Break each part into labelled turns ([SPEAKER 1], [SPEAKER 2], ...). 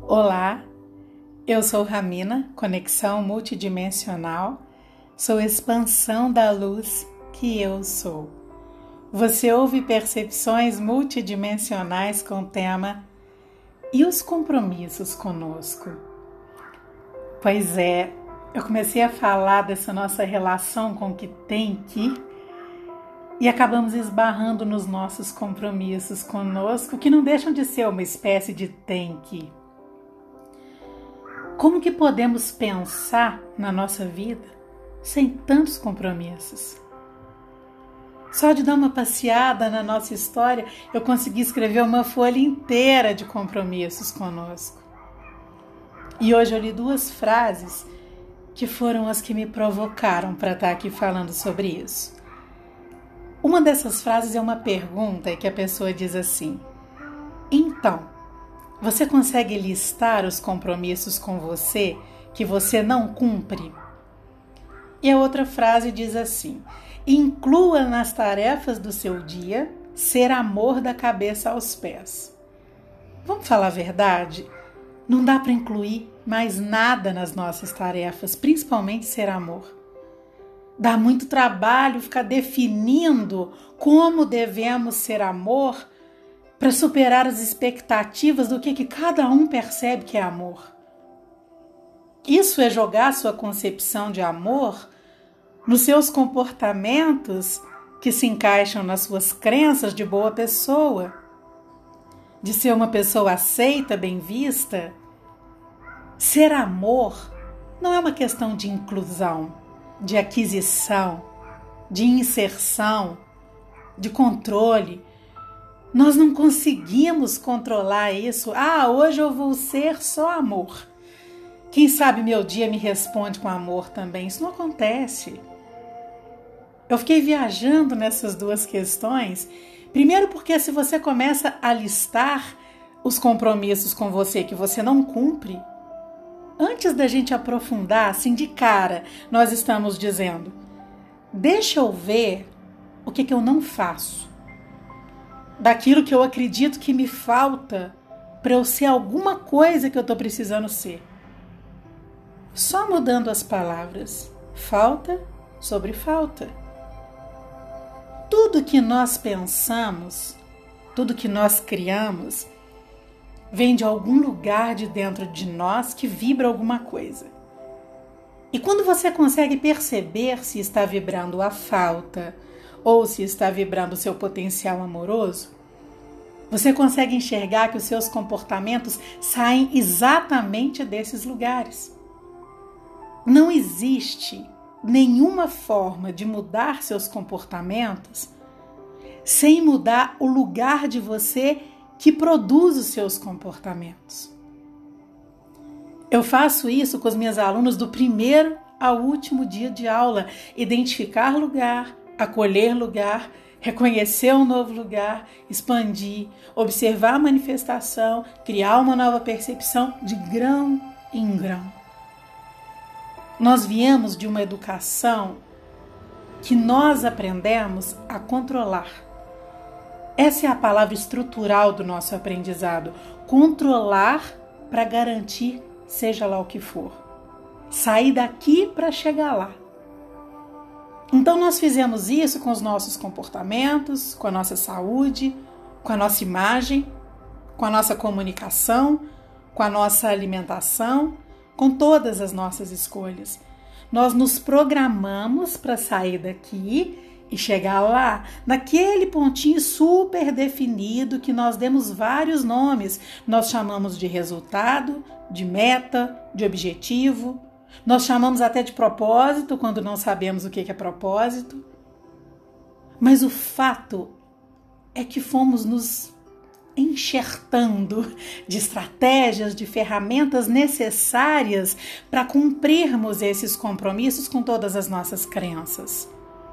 [SPEAKER 1] Olá, eu sou Ramina, conexão multidimensional, sou expansão da luz que eu sou. Você ouve percepções multidimensionais com o tema E os compromissos conosco? Pois é, eu comecei a falar dessa nossa relação com o que tem que e acabamos esbarrando nos nossos compromissos conosco, que não deixam de ser uma espécie de tem que. Como que podemos pensar na nossa vida sem tantos compromissos? Só de dar uma passeada na nossa história, eu consegui escrever uma folha inteira de compromissos conosco. E hoje eu li 2 frases que foram as que me provocaram para estar aqui falando sobre isso. Uma dessas frases é uma pergunta que a pessoa diz assim: então, você consegue listar os compromissos com você que você não cumpre? E a outra frase diz assim: inclua nas tarefas do seu dia ser amor da cabeça aos pés. Vamos falar a verdade? Não dá para incluir mais nada nas nossas tarefas, principalmente ser amor. Dá muito trabalho ficar definindo como devemos ser amor para superar as expectativas do que cada um percebe que é amor. Isso é jogar sua concepção de amor nos seus comportamentos que se encaixam nas suas crenças de boa pessoa, de ser uma pessoa aceita, bem vista. Ser amor não é uma questão de inclusão, de aquisição, de inserção, de controle. Nós não conseguimos controlar isso. Hoje eu vou ser só amor. Quem sabe meu dia me responde com amor também. Isso não acontece. Eu fiquei viajando nessas 2 questões. Primeiro porque se você começa a listar os compromissos com você que você não cumpre, antes da gente aprofundar, assim de cara, nós estamos dizendo: deixa eu ver o que eu não faço. Daquilo que eu acredito que me falta para eu ser alguma coisa que eu estou precisando ser. Só mudando as palavras. Falta sobre falta. Tudo que nós pensamos, tudo que nós criamos, vem de algum lugar de dentro de nós que vibra alguma coisa. E quando você consegue perceber se está vibrando a falta ou se está vibrando o seu potencial amoroso, você consegue enxergar que os seus comportamentos saem exatamente desses lugares. Não existe nenhuma forma de mudar seus comportamentos sem mudar o lugar de você que produz os seus comportamentos. Eu faço isso com os meus alunos do primeiro ao último dia de aula. Identificar lugar, acolher lugar, reconhecer um novo lugar, expandir, observar a manifestação, criar uma nova percepção de grão em grão. Nós viemos de uma educação que nós aprendemos a controlar. Essa é a palavra estrutural do nosso aprendizado. Controlar para garantir seja lá o que for. Sair daqui para chegar lá. Então nós fizemos isso com os nossos comportamentos, com a nossa saúde, com a nossa imagem, com a nossa comunicação, com a nossa alimentação, com todas as nossas escolhas. Nós nos programamos para sair daqui e chegar lá, naquele pontinho super definido que nós demos vários nomes. Nós chamamos de resultado, de meta, de objetivo. Nós chamamos até de propósito quando não sabemos o que é propósito. Mas o fato é que fomos nos enxertando de estratégias, de ferramentas necessárias para cumprirmos esses compromissos com todas as nossas crenças.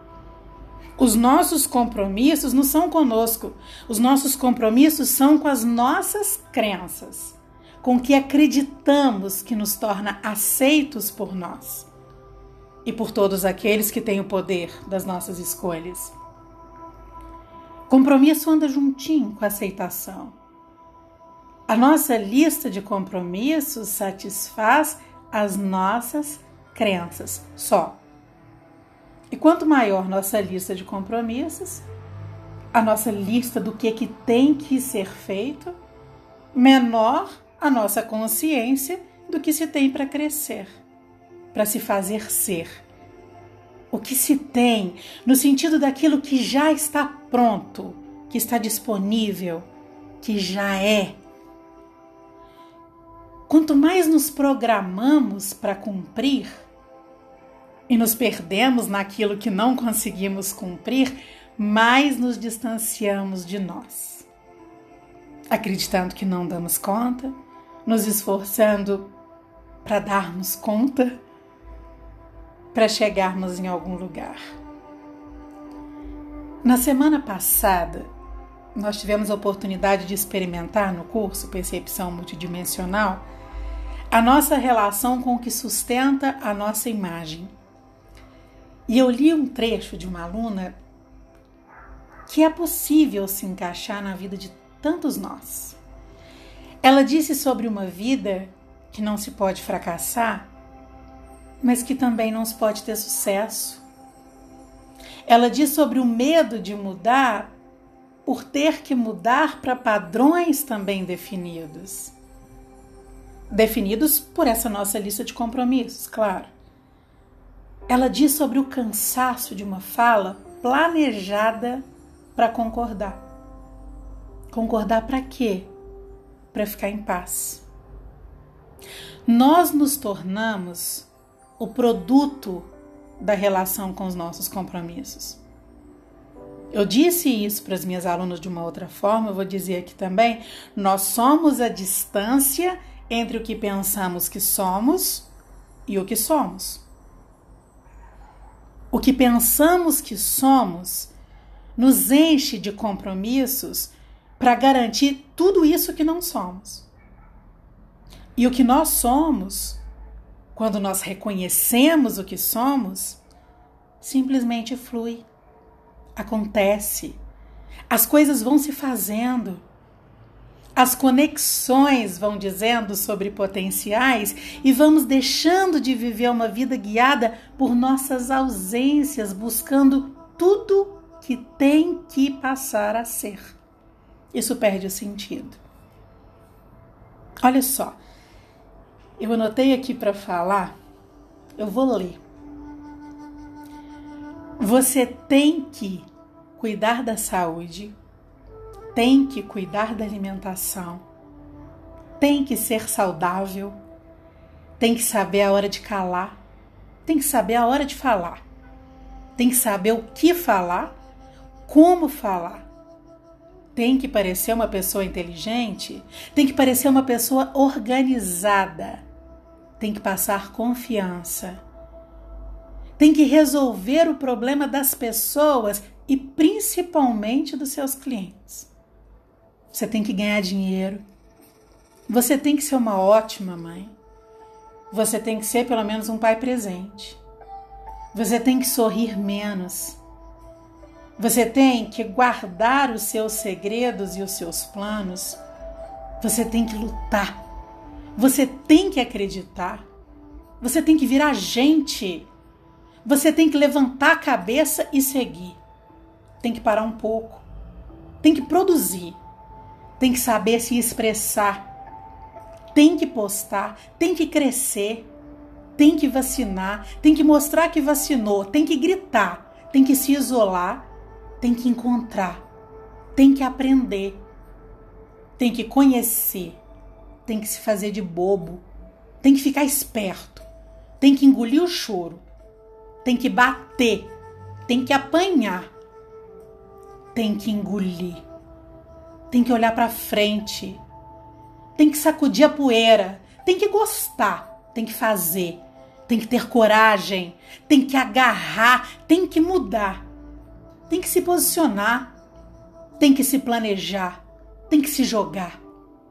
[SPEAKER 1] Os nossos compromissos não são conosco, os nossos compromissos são com as nossas crenças, com o que acreditamos que nos torna aceitos por nós e por todos aqueles que têm o poder das nossas escolhas. Compromisso anda juntinho com a aceitação. A nossa lista de compromissos satisfaz as nossas crenças só. E quanto maior nossa lista de compromissos, a nossa lista do que tem que ser feito, menor a nossa consciência do que se tem para crescer, para se fazer ser. O que se tem no sentido daquilo que já está pronto, que está disponível, que já é. Quanto mais nos programamos para cumprir e nos perdemos naquilo que não conseguimos cumprir, mais nos distanciamos de nós. Acreditando que não damos conta, nos esforçando para darmos conta, para chegarmos em algum lugar. Na semana passada, nós tivemos a oportunidade de experimentar no curso Percepção Multidimensional a nossa relação com o que sustenta a nossa imagem. E eu li um trecho de uma aluna que é possível se encaixar na vida de tantos nós. Ela disse sobre uma vida que não se pode fracassar, mas que também não se pode ter sucesso. Ela diz sobre o medo de mudar por ter que mudar para padrões também definidos. Definidos por essa nossa lista de compromissos, claro. Ela diz sobre o cansaço de uma fala planejada para concordar. Concordar para quê? Para ficar em paz. Nós nos tornamos o produto da relação com os nossos compromissos. Eu disse isso para as minhas alunas de uma outra forma, eu vou dizer aqui também. Nós somos a distância entre o que pensamos que somos e o que somos. O que pensamos que somos nos enche de compromissos para garantir tudo isso que não somos. E o que nós somos, quando nós reconhecemos o que somos, simplesmente flui, acontece. As coisas vão se fazendo. As conexões vão dizendo sobre potenciais e vamos deixando de viver uma vida guiada por nossas ausências, buscando tudo que tem que passar a ser. Isso perde o sentido. Olha só, eu anotei aqui para falar, eu vou ler. Você tem que cuidar da saúde, tem que cuidar da alimentação, tem que ser saudável, tem que saber a hora de calar, tem que saber a hora de falar, tem que saber o que falar, como falar, tem que parecer uma pessoa inteligente, tem que parecer uma pessoa organizada, tem que passar confiança, tem que resolver o problema das pessoas e principalmente dos seus clientes. Você tem que ganhar dinheiro. Você tem que ser uma ótima mãe. Você tem que ser pelo menos um pai presente. Você tem que sorrir menos. Você tem que guardar os seus segredos e os seus planos. Você tem que lutar. Você tem que acreditar. Você tem que virar gente. Você tem que levantar a cabeça e seguir. Tem que parar um pouco. Tem que produzir. Tem que saber se expressar, tem que postar, tem que crescer, tem que vacinar, tem que mostrar que vacinou, tem que gritar, tem que se isolar, tem que encontrar, tem que aprender, tem que conhecer, tem que se fazer de bobo, tem que ficar esperto, tem que engolir o choro, tem que bater, tem que apanhar, tem que engolir. Tem que olhar para frente, tem que sacudir a poeira, tem que gostar, tem que fazer, tem que ter coragem, tem que agarrar, tem que mudar, tem que se posicionar, tem que se planejar, tem que se jogar,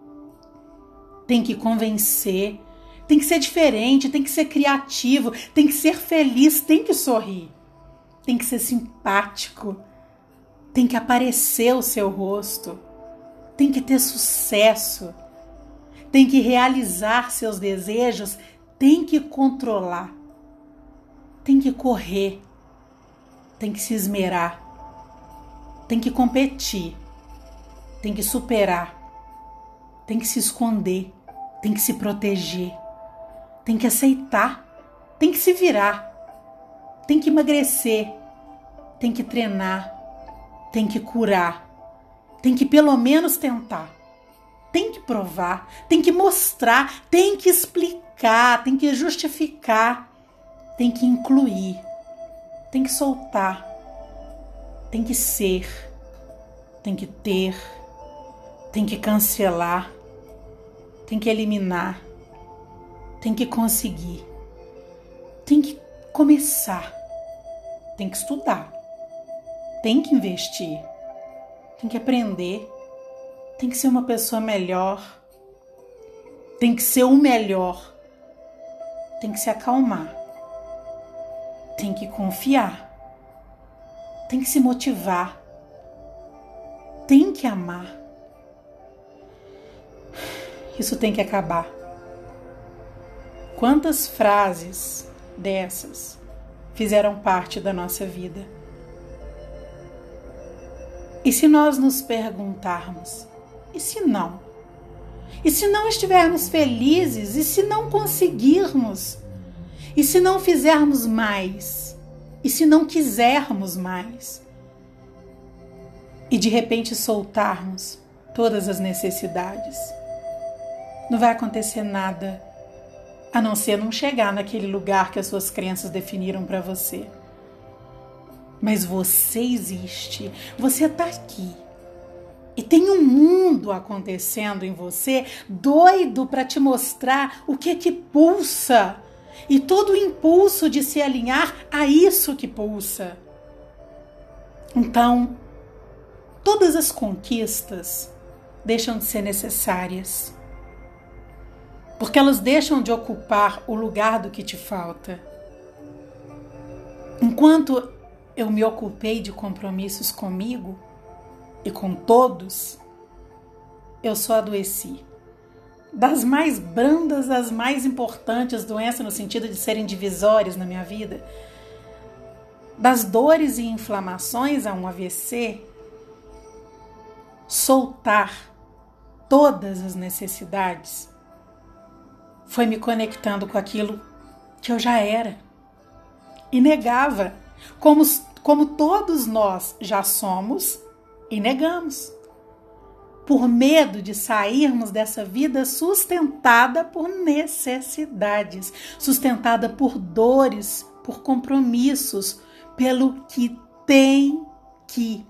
[SPEAKER 1] tem que convencer, tem que ser diferente, tem que ser criativo, tem que ser feliz, tem que sorrir, tem que ser simpático, tem que aparecer o seu rosto. Tem que ter sucesso, tem que realizar seus desejos, tem que controlar, tem que correr, tem que se esmerar, tem que competir, tem que superar, tem que se esconder, tem que se proteger, tem que aceitar, tem que se virar, tem que emagrecer, tem que treinar, tem que curar, tem que pelo menos tentar, tem que provar, tem que mostrar, tem que explicar, tem que justificar, tem que incluir, tem que soltar, tem que ser, tem que ter, tem que cancelar, tem que eliminar, tem que conseguir, tem que começar, tem que estudar, tem que investir, tem que aprender, tem que ser uma pessoa melhor, tem que ser o melhor, tem que se acalmar, tem que confiar, tem que se motivar, tem que amar. Isso tem que acabar. Quantas frases dessas fizeram parte da nossa vida? E se nós nos perguntarmos, e se não? E se não estivermos felizes? E se não conseguirmos? E se não fizermos mais? E se não quisermos mais? E de repente soltarmos todas as necessidades? Não vai acontecer nada, a não ser não chegar naquele lugar que as suas crenças definiram para você. Mas você existe, você está aqui. E tem um mundo acontecendo em você, doido para te mostrar o que pulsa. E todo o impulso de se alinhar a isso que pulsa. Então, todas as conquistas deixam de ser necessárias. Porque elas deixam de ocupar o lugar do que te falta. Enquanto eu me ocupei de compromissos comigo e com todos, eu só adoeci. Das mais brandas às mais importantes doenças no sentido de serem divisórias na minha vida, das dores e inflamações a um AVC, soltar todas as necessidades foi me conectando com aquilo que eu já era e negava, como todos nós já somos e negamos, por medo de sairmos dessa vida sustentada por necessidades, sustentada por dores, por compromissos, pelo que tem que.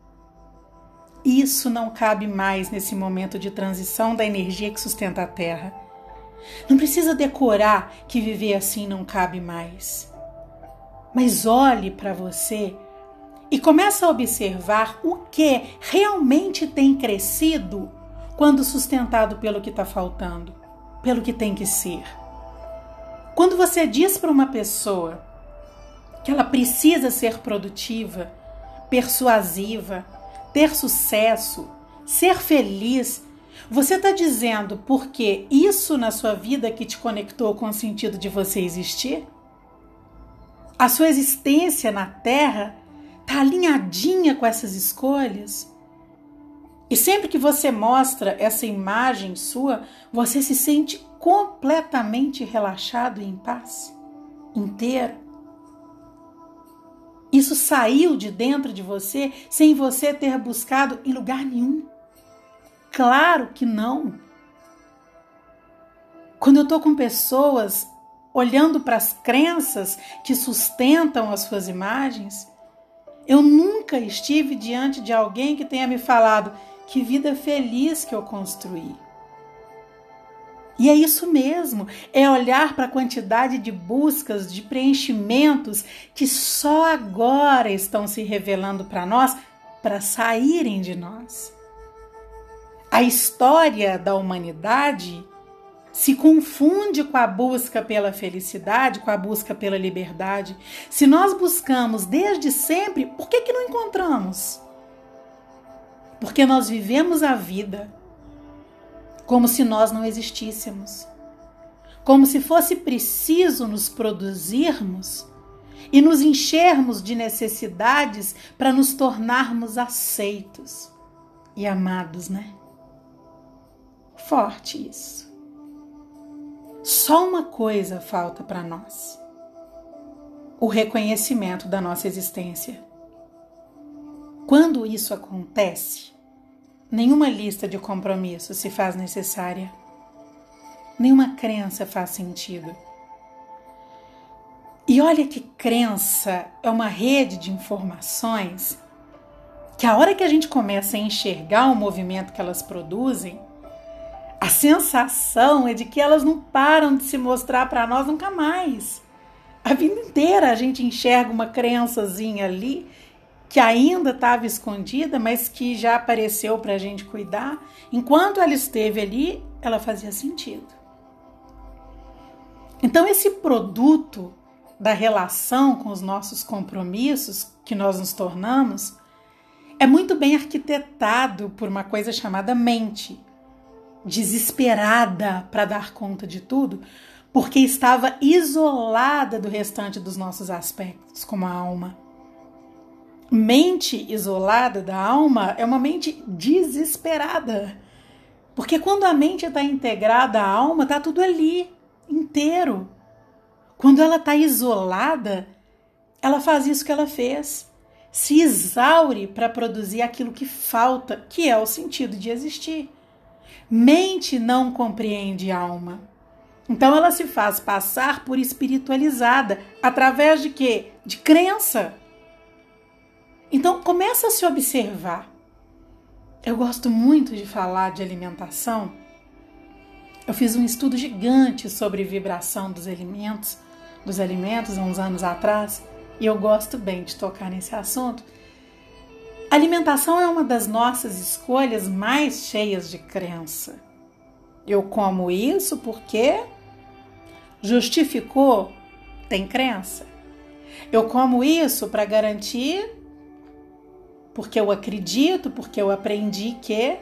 [SPEAKER 1] Isso não cabe mais nesse momento de transição da energia que sustenta a Terra. Não precisa decorar que viver assim não cabe mais. Mas olhe para você e comece a observar o que realmente tem crescido quando sustentado pelo que está faltando, pelo que tem que ser. Quando você diz para uma pessoa que ela precisa ser produtiva, persuasiva, ter sucesso, ser feliz, você está dizendo porque isso na sua vida que te conectou com o sentido de você existir? A sua existência na Terra está alinhadinha com essas escolhas? E sempre que você mostra essa imagem sua, você se sente completamente relaxado e em paz? Inteiro? Isso saiu de dentro de você sem você ter buscado em lugar nenhum? Claro que não. Quando eu estou com pessoas olhando para as crenças que sustentam as suas imagens, eu nunca estive diante de alguém que tenha me falado que vida feliz que eu construí. E é isso mesmo, é olhar para a quantidade de buscas, de preenchimentos que só agora estão se revelando para nós, para saírem de nós. A história da humanidade se confunde com a busca pela felicidade, com a busca pela liberdade. Se nós buscamos desde sempre, por que não encontramos? Porque nós vivemos a vida como se nós não existíssemos, como se fosse preciso nos produzirmos e nos enchermos de necessidades para nos tornarmos aceitos e amados, né? Forte isso. Só uma coisa falta para nós: o reconhecimento da nossa existência. Quando isso acontece, nenhuma lista de compromissos se faz necessária. Nenhuma crença faz sentido. E olha que crença é uma rede de informações que a hora que a gente começa a enxergar o movimento que elas produzem, a sensação é de que elas não param de se mostrar para nós nunca mais. A vida inteira a gente enxerga uma crençazinha ali que ainda estava escondida, mas que já apareceu para a gente cuidar. Enquanto ela esteve ali, ela fazia sentido. Então, esse produto da relação com os nossos compromissos que nós nos tornamos é muito bem arquitetado por uma coisa chamada mente, desesperada para dar conta de tudo, porque estava isolada do restante dos nossos aspectos, como a alma. Mente isolada da alma é uma mente desesperada, porque quando a mente está integrada à alma, está tudo ali, inteiro. Quando ela está isolada, ela faz isso que ela fez, se exaure para produzir aquilo que falta, que é o sentido de existir. Mente não compreende alma. Então ela se faz passar por espiritualizada. Através de quê? De crença. Então começa a se observar. Eu gosto muito de falar de alimentação. Eu fiz um estudo gigante sobre vibração dos alimentos há uns anos atrás. E eu gosto bem de tocar nesse assunto. A alimentação é uma das nossas escolhas mais cheias de crença. Eu como isso porque justificou, tem crença. Eu como isso para garantir, porque eu acredito, porque eu aprendi que.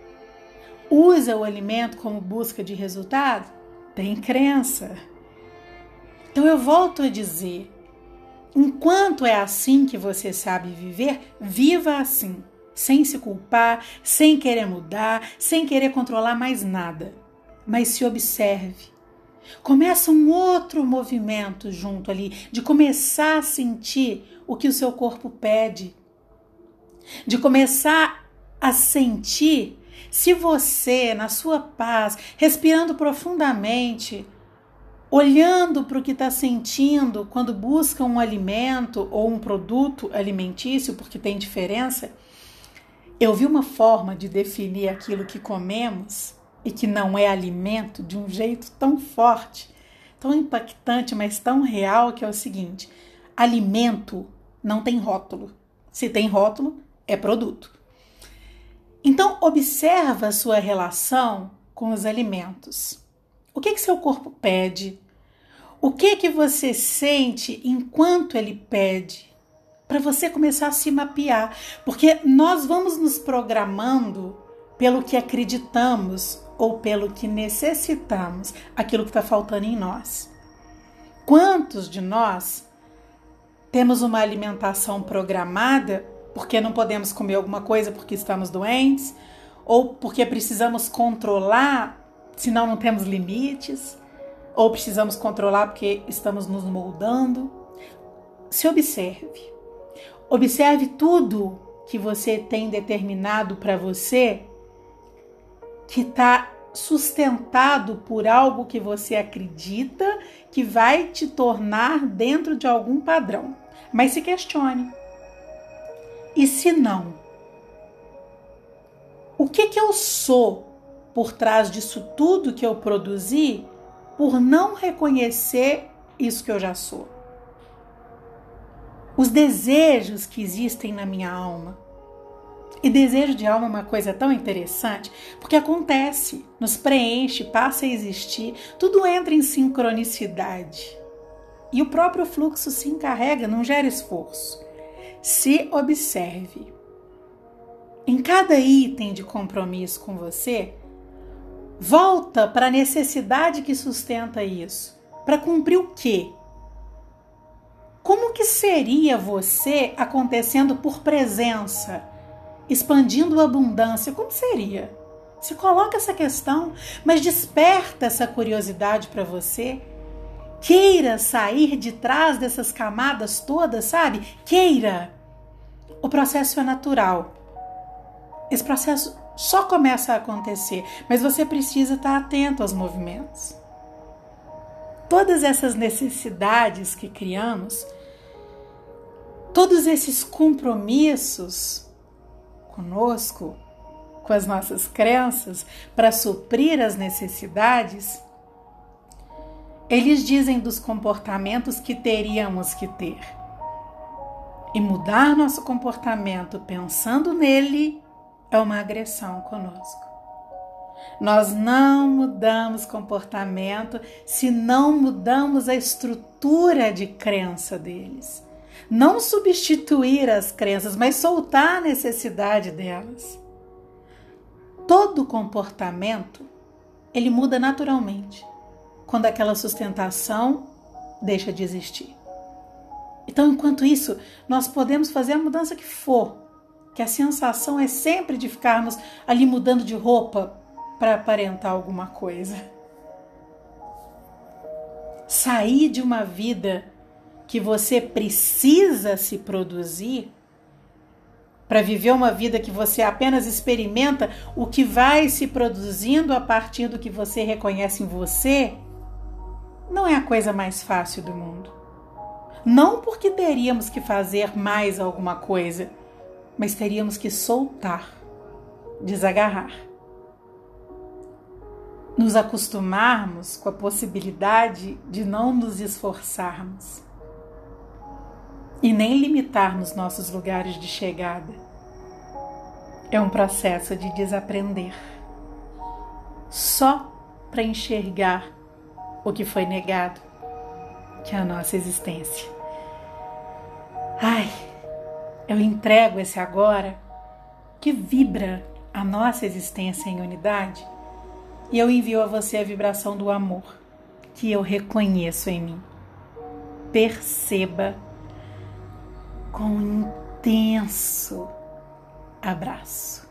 [SPEAKER 1] Usa o alimento como busca de resultado, tem crença. Então eu volto a dizer, enquanto é assim que você sabe viver, viva assim, sem se culpar, sem querer mudar, sem querer controlar mais nada. Mas se observe. Começa um outro movimento junto ali, de começar a sentir o que o seu corpo pede. De começar a sentir se você, na sua paz, respirando profundamente, olhando para o que está sentindo quando busca um alimento ou um produto alimentício, porque tem diferença. Eu vi uma forma de definir aquilo que comemos e que não é alimento de um jeito tão forte, tão impactante, mas tão real, que é o seguinte: alimento não tem rótulo. Se tem rótulo, é produto. Então, observa a sua relação com os alimentos. O que seu corpo pede? O que você sente enquanto ele pede? Para você começar a se mapear. Porque nós vamos nos programando pelo que acreditamos ou pelo que necessitamos, aquilo que está faltando em nós. Quantos de nós temos uma alimentação programada porque não podemos comer alguma coisa porque estamos doentes, ou porque precisamos controlar, senão não temos limites, ou precisamos controlar porque estamos nos moldando? Se observe. Observe tudo que você tem determinado para você que está sustentado por algo que você acredita que vai te tornar dentro de algum padrão. Mas se questione. E se não? O que eu sou por trás disso tudo que eu produzi por não reconhecer isso que eu já sou? Os desejos que existem na minha alma. E desejo de alma é uma coisa tão interessante, porque acontece, nos preenche, passa a existir, tudo entra em sincronicidade. E o próprio fluxo se encarrega, não gera esforço. Se observe. Em cada item de compromisso com você, Volta para a necessidade que sustenta isso. Para cumprir o quê? Como que seria você acontecendo por presença, expandindo a abundância? Como seria? Se coloca essa questão, mas desperta essa curiosidade para você. Queira sair de trás dessas camadas todas, sabe? Queira. O processo é natural. Esse processo só começa a acontecer, mas você precisa estar atento aos movimentos. Todas essas necessidades que criamos, todos esses compromissos conosco, com as nossas crenças, para suprir as necessidades, eles dizem dos comportamentos que teríamos que ter. E mudar nosso comportamento pensando nele é uma agressão conosco. Nós não mudamos comportamento se não mudamos a estrutura de crença deles. Não substituir as crenças, mas soltar a necessidade delas. Todo comportamento, ele muda naturalmente, quando aquela sustentação deixa de existir. Então, enquanto isso, nós podemos fazer a mudança que for, que a sensação é sempre de ficarmos ali mudando de roupa para aparentar alguma coisa. Sair de uma vida que você precisa se produzir para viver uma vida que você apenas experimenta o que vai se produzindo a partir do que você reconhece em você, não é a coisa mais fácil do mundo. Não porque teríamos que fazer mais alguma coisa, mas teríamos que soltar, desagarrar. Nos acostumarmos com a possibilidade de não nos esforçarmos e nem limitarmos nossos lugares de chegada. É um processo de desaprender, só para enxergar o que foi negado, que é a nossa existência. Ai, eu entrego esse agora que vibra a nossa existência em unidade e eu envio a você a vibração do amor que eu reconheço em mim. Perceba com um intenso abraço.